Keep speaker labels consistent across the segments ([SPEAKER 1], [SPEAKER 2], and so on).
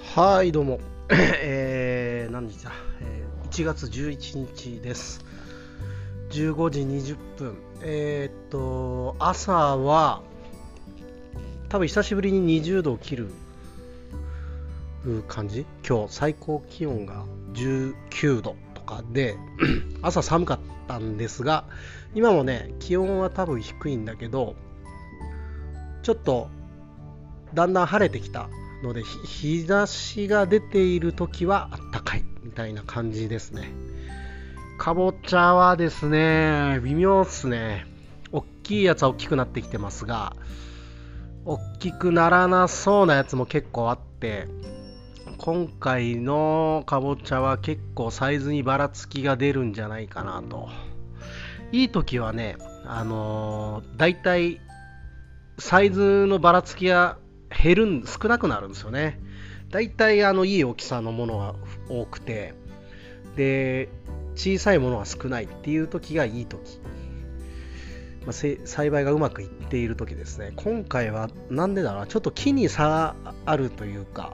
[SPEAKER 1] はい、どうも。何日だ、1月11日です。15時20分。朝は、多分久しぶりに20度を切る感じ。今日、最高気温が19度とかで、朝寒かったんですが、今もね、気温は多分低いんだけど、ちょっと、だんだん晴れてきたので日差しが出ている時はあったかいみたいな感じですね。かぼちゃはですね、微妙っすね。大きいやつは大きくなってきてますが、大きくならなそうなやつも結構あって、今回のかぼちゃは結構サイズにばらつきが出るんじゃないかなと。いい時はね、だいたいサイズのばらつきが少なくなるんですよね。だいたいいい大きさのものが多くて、で小さいものが少ないっていう時がいい時、栽培がうまくいっている時ですね。今回はなんでだろう、ちょっと木に差があるというか、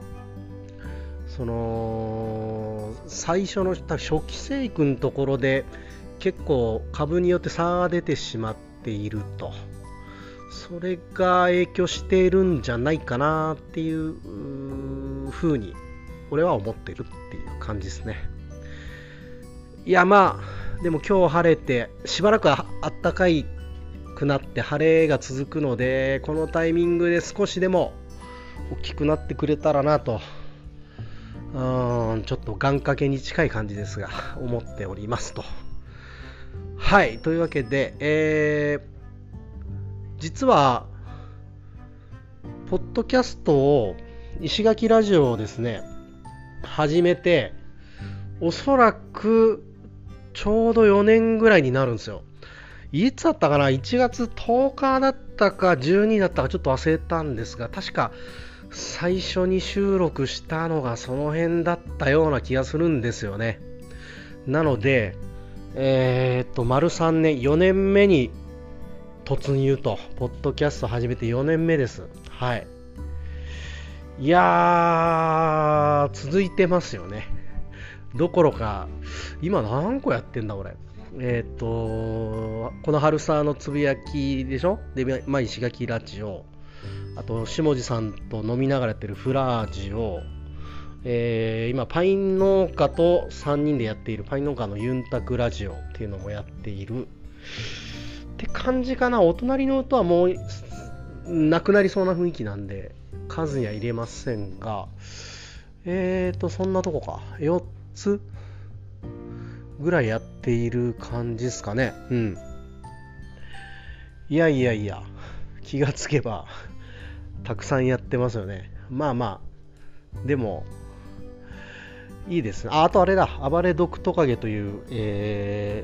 [SPEAKER 1] 最初の初期生育のところで結構株によって差が出てしまっていると、それが影響しているんじゃないかなっていう風に俺は思ってるっていう感じですね。いや、でも今日晴れてしばらくあったかいくなって晴れが続くので、このタイミングで少しでも大きくなってくれたらなと、ちょっと願掛けに近い感じですが思っておりますと。はい、というわけで、実はポッドキャストを石垣ラジオをですね始めて、おそらくちょうど4年ぐらいになるんですよ。いつだったかな、1月10日だったか12だったかちょっと忘れたんですが、確か最初に収録したのがその辺だったような気がするんですよね。なので丸3年4年目に突入と、ポッドキャスト始めて4年目です。はい。いやー、続いてますよね。どころか、今何個やってんだ、俺。この春沢のつぶやきでしょで、石垣ラジオ。あと、下地さんと飲みながらやってるフラージオ。今、パイン農家と3人でやっているパイン農家のユンタクラジオっていうのもやっている。って感じかな。お隣の音はもうなくなりそうな雰囲気なんで数には入れませんが、そんなとこか。4つぐらいやっている感じですかね。うん。いや気がつけばたくさんやってますよね。でもいいですね。あとあれだ、暴れ毒トカゲという、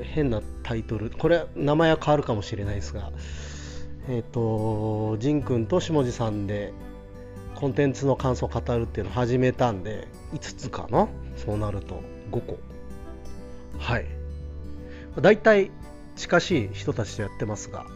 [SPEAKER 1] 変なタイトル、これ名前は変わるかもしれないですが、ジン君と下地さんでコンテンツの感想を語るっていうのを始めたんで、5つかな、そうなると5個。はい。だいたい近しい人たちとやってますが、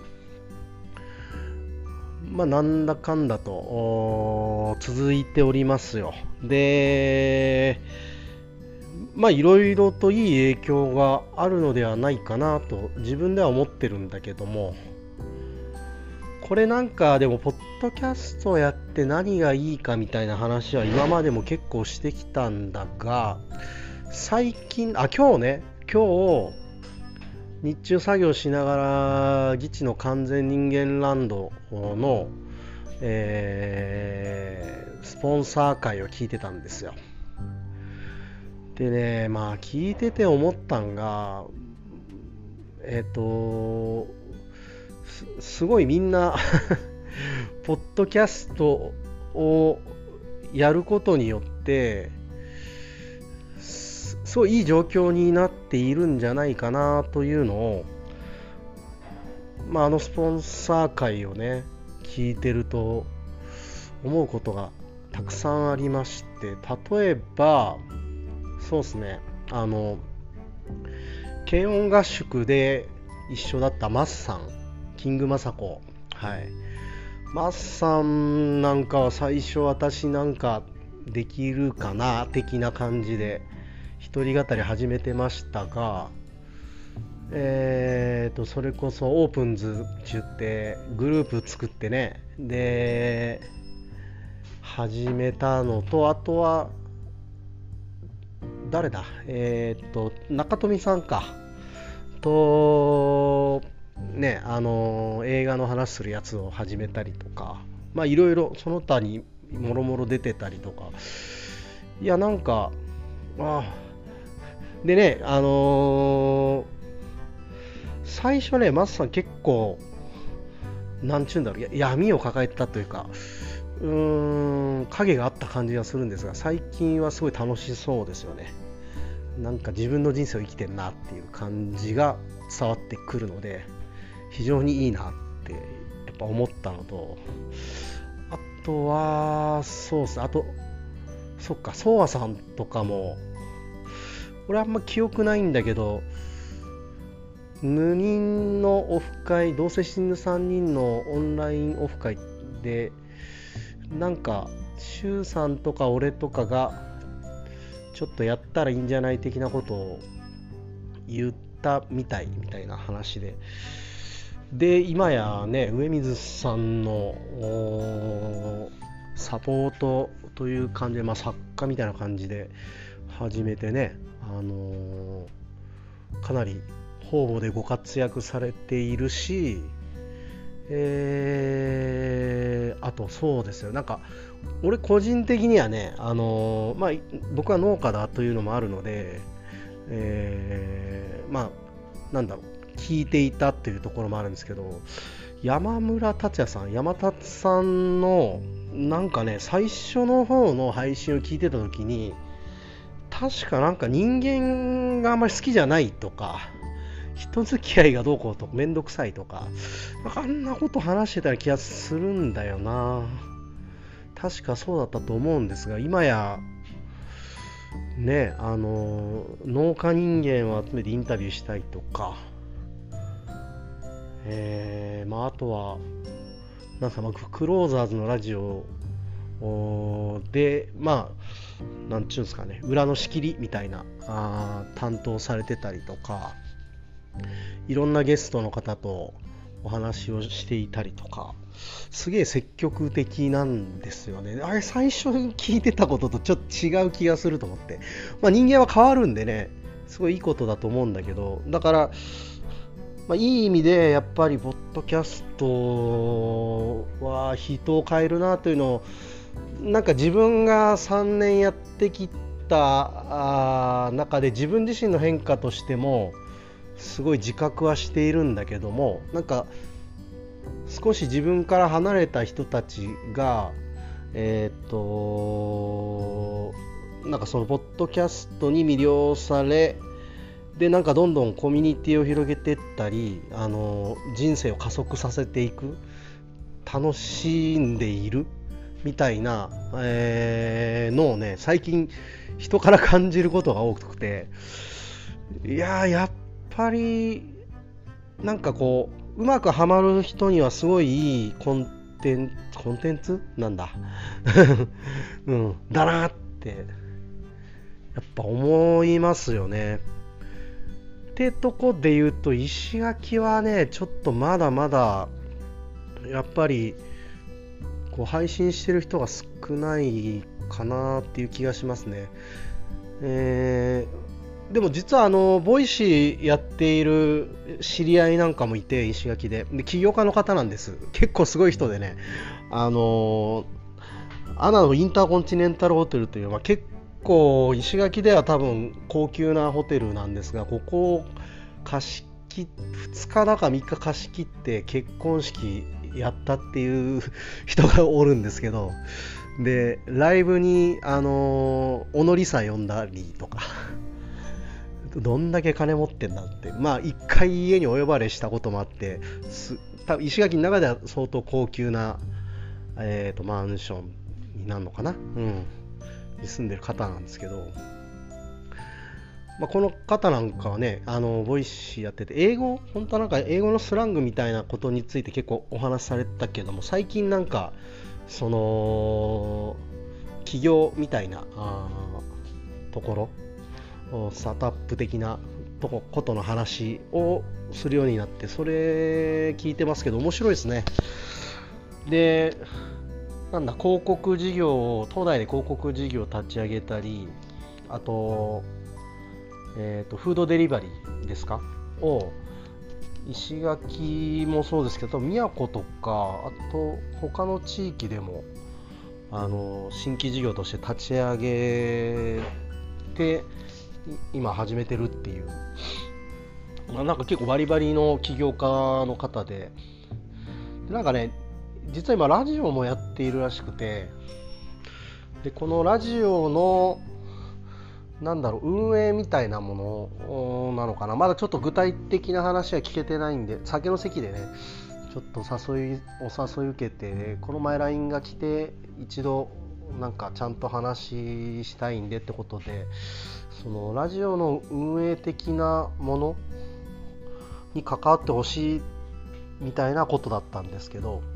[SPEAKER 1] なんだかんだと続いておりますよ。で、いろいろといい影響があるのではないかなと自分では思ってるんだけども、これなんかでもポッドキャストをやって何がいいかみたいな話は今までも結構してきたんだが、最近今日日中作業しながらギチの完全人間ランドの、スポンサー会を聞いてたんですよ。でね、聞いてて思ったんが、すごいみんなポッドキャストをやることによってすごいいい状況になっているんじゃないかなというのを、スポンサー会をね聞いてると思うことがたくさんありまして、例えばそうですね、軽音合宿で一緒だったマスさん、キングマサコ、はい、マスさんなんかは最初私なんかできるかな的な感じで一人語り始めてましたが、それこそオープンズって言ってグループ作ってね、で始めたのと、あとは誰だ、中富さんかとね、映画の話するやつを始めたりとか、まあいろいろその他にもろもろ出てたりとか、いやなんかでね、最初ね、マスさん結構なんちゅうんだろう、闇を抱えてたというか、影があった感じがするんですが、最近はすごい楽しそうですよね。なんか自分の人生を生きてんなっていう感じが伝わってくるので、非常にいいなってやっぱ思ったのと、あとはそうですね、あとそっか、ソワさんとかも俺あんま記憶ないんだけど、ヌ人のオフ会、どうせ死ぬ3人のオンラインオフ会で、なんかシュウさんとか俺とかがちょっとやったらいいんじゃない的なことを言ったみたいな話で、今やね、上水さんのサポートという感じで、まあ、作家みたいな感じで始めてね、かなり方々でご活躍されているし、あとそうですよ、なんか俺個人的にはね、まあ、僕は農家だというのもあるので、まあなんだろう、聞いていたっていうところもあるんですけど、山村達也さん、山達さんのなんかね、最初の方の配信を聞いてた時に、確かなんか人間があんまり好きじゃないとか、人付き合いがどうこうとかめんどくさいとか、なんかあんなこと話してたような気がするんだよな。確かそうだったと思うんですが、今やね、農家人間を集めてインタビューしたりとか、まあ、あとはなんかクローザーズのラジオで、まあなんちゅうんですかね、裏の仕切りみたいな担当されてたりとか、いろんなゲストの方とお話をしていたりとか、すげえ積極的なんですよね。あれ最初に聞いてたこととちょっと違う気がすると思って、まあ、人間は変わるんでね、すごいいいことだと思うんだけど、だから、まあ、いい意味でやっぱりポッドキャストは人を変えるなというのを、なんか自分が3年やってきた中で自分自身の変化としてもすごい自覚はしているんだけども、なんか少し自分から離れた人たちがなんかそのポッドキャストに魅了され、でなんかどんどんコミュニティを広げていったり、人生を加速させていく、楽しんでいるみたいな、のをね、最近人から感じることが多くて、いややっぱりなんかこううまくハマる人にはすごいいいコンテンツなんだ、うん、だなってやっぱ思いますよね。ってとこで言うと、石垣はねちょっとまだまだやっぱりこう配信してる人が少ないかなっていう気がしますね。でも実はボイシーやっている知り合いなんかもいて、石垣で起業家の方なんです。結構すごい人でね、アナのインターコンチネンタルホテルという、まあ、結構石垣では多分高級なホテルなんですが、ここを貸し切2日だか3日貸し切って結婚式やったっていう人がおるんですけど、でライブにおのりさん呼んだりとかどんだけ金持ってんだって、まあ一回家にお呼ばれしたこともあって、多分石垣の中では相当高級な、マンションになるのかな、に住んでる方なんですけど、まあ、この方なんかはね、ボイシーやってて、本当はなんか英語のスラングみたいなことについて結構お話しされてたけども、最近なんかその起業みたいなところ、スタートアップ的なことの話をするようになって、それ聞いてますけど面白いですね。で、広告事業を都内で広告事業を立ち上げたり、あと、フードデリバリーですかを石垣もそうですけど宮古とかあと他の地域でも新規事業として立ち上げて今始めてるっていう、なんか結構バリバリの起業家の方で、なんかね実は今ラジオもやっているらしくて、でこのラジオの運営みたいなものなのかな、まだちょっと具体的な話は聞けてないんで、酒の席でねちょっとお誘い受けて、ね、この前 LINE が来て一度なんかちゃんと話したいんでってことで、そのラジオの運営的なものに関わってほしいみたいなことだったんですけど、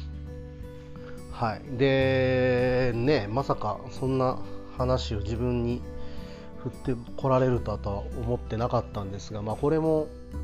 [SPEAKER 1] はいでね、まさかそんな話を自分に振ってこられるとは思ってなかったんですが、これも、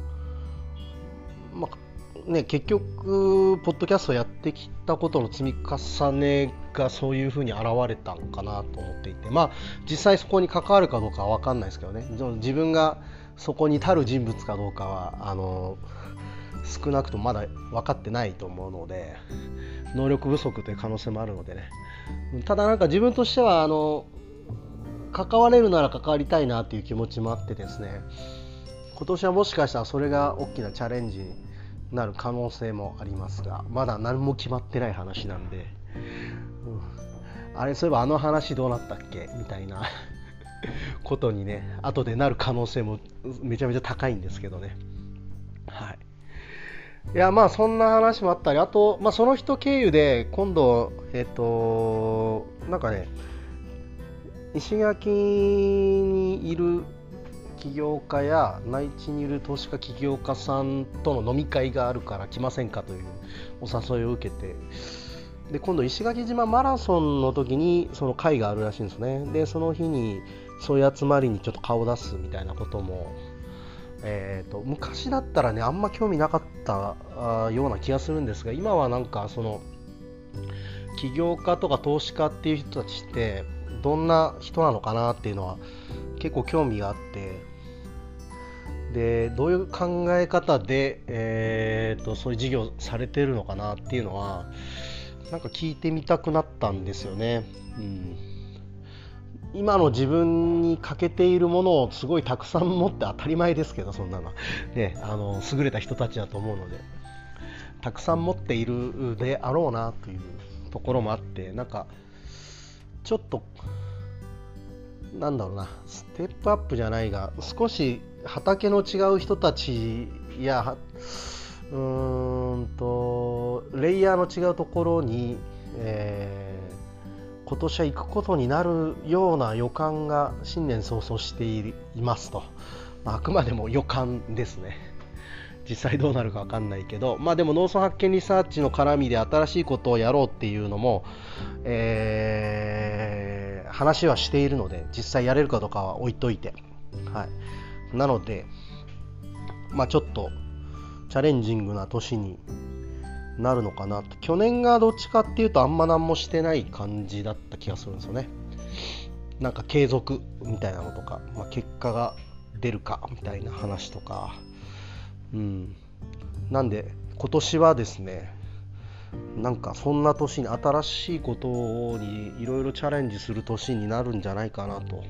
[SPEAKER 1] 結局ポッドキャストをやってきたことの積み重ねがそういう風に現れたのかなと思っていて、実際そこに関わるかどうかは分かんないですけどね、自分がそこに足る人物かどうかは少なくともまだ分かってないと思うので、能力不足という可能性もあるのでね。ただ自分としては関われるなら関わりたいなっていう気持ちもあってですね、今年はもしかしたらそれが大きなチャレンジになる可能性もありますが、まだ何も決まってない話なんで、あれそういえばあの話どうなったっけみたいなことにね後でなる可能性もめちゃめちゃ高いんですけどね。はい。いやそんな話もあったり、あと、その人経由で今度なんかね石垣にいる起業家や内地にいる投資家起業家さんとの飲み会があるから来ませんかというお誘いを受けて、で今度石垣島マラソンの時にその会があるらしいんですね。でその日にそういう集まりにちょっと顔を出すみたいなことも、昔だったらねあんま興味なかったような気がするんですが、今はなんかその起業家とか投資家っていう人たちってどんな人なのかなっていうのは結構興味があって、でどういう考え方で、そういう事業されてるのかなっていうのはなんか聞いてみたくなったんですよね。今の自分に欠けているものをすごいたくさん持って当たり前ですけど、そんなのね優れた人たちだと思うのでたくさん持っているであろうなというところもあって、なんかちょっとステップアップじゃないが少し畑の違う人たちやレイヤーの違うところに、今年は行くことになるような予感が新年早々していますと、あくまでも予感ですね。実際どうなるか分かんないけど、でも農村発見リサーチの絡みで新しいことをやろうっていうのも、話はしているので実際やれるかどうかは置いといて、なのでちょっとチャレンジングな年になるのかなと。去年がどっちかっていうとあんま何もしてない感じだった気がするんですよね。なんか継続みたいなのとか、結果が出るかみたいな話とか、なんで今年はですね、なんかそんな年に新しいことにいろいろチャレンジする年になるんじゃないかなと、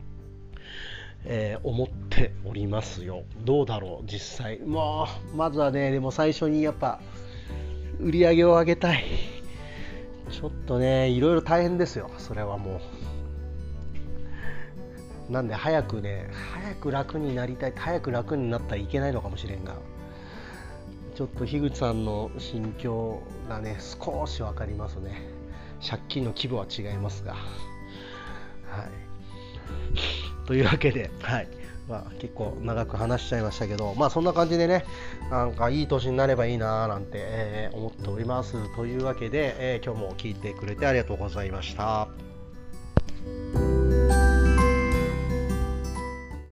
[SPEAKER 1] 思っておりますよ。どうだろう実際。まずはね、でも最初にやっぱ売り上げを上げたい。ちょっとねいろいろ大変ですよそれはもう。なんで早く楽になりたい、早く楽になったらいけないのかもしれんが、ちょっと樋口さんの心境がね少し分かりますね。借金の規模は違いますが、というわけで、結構長く話しちゃいましたけど、そんな感じでね、なんかいい年になればいいななんて、思っております。というわけで、今日も聞いてくれてありがとうございました。 す。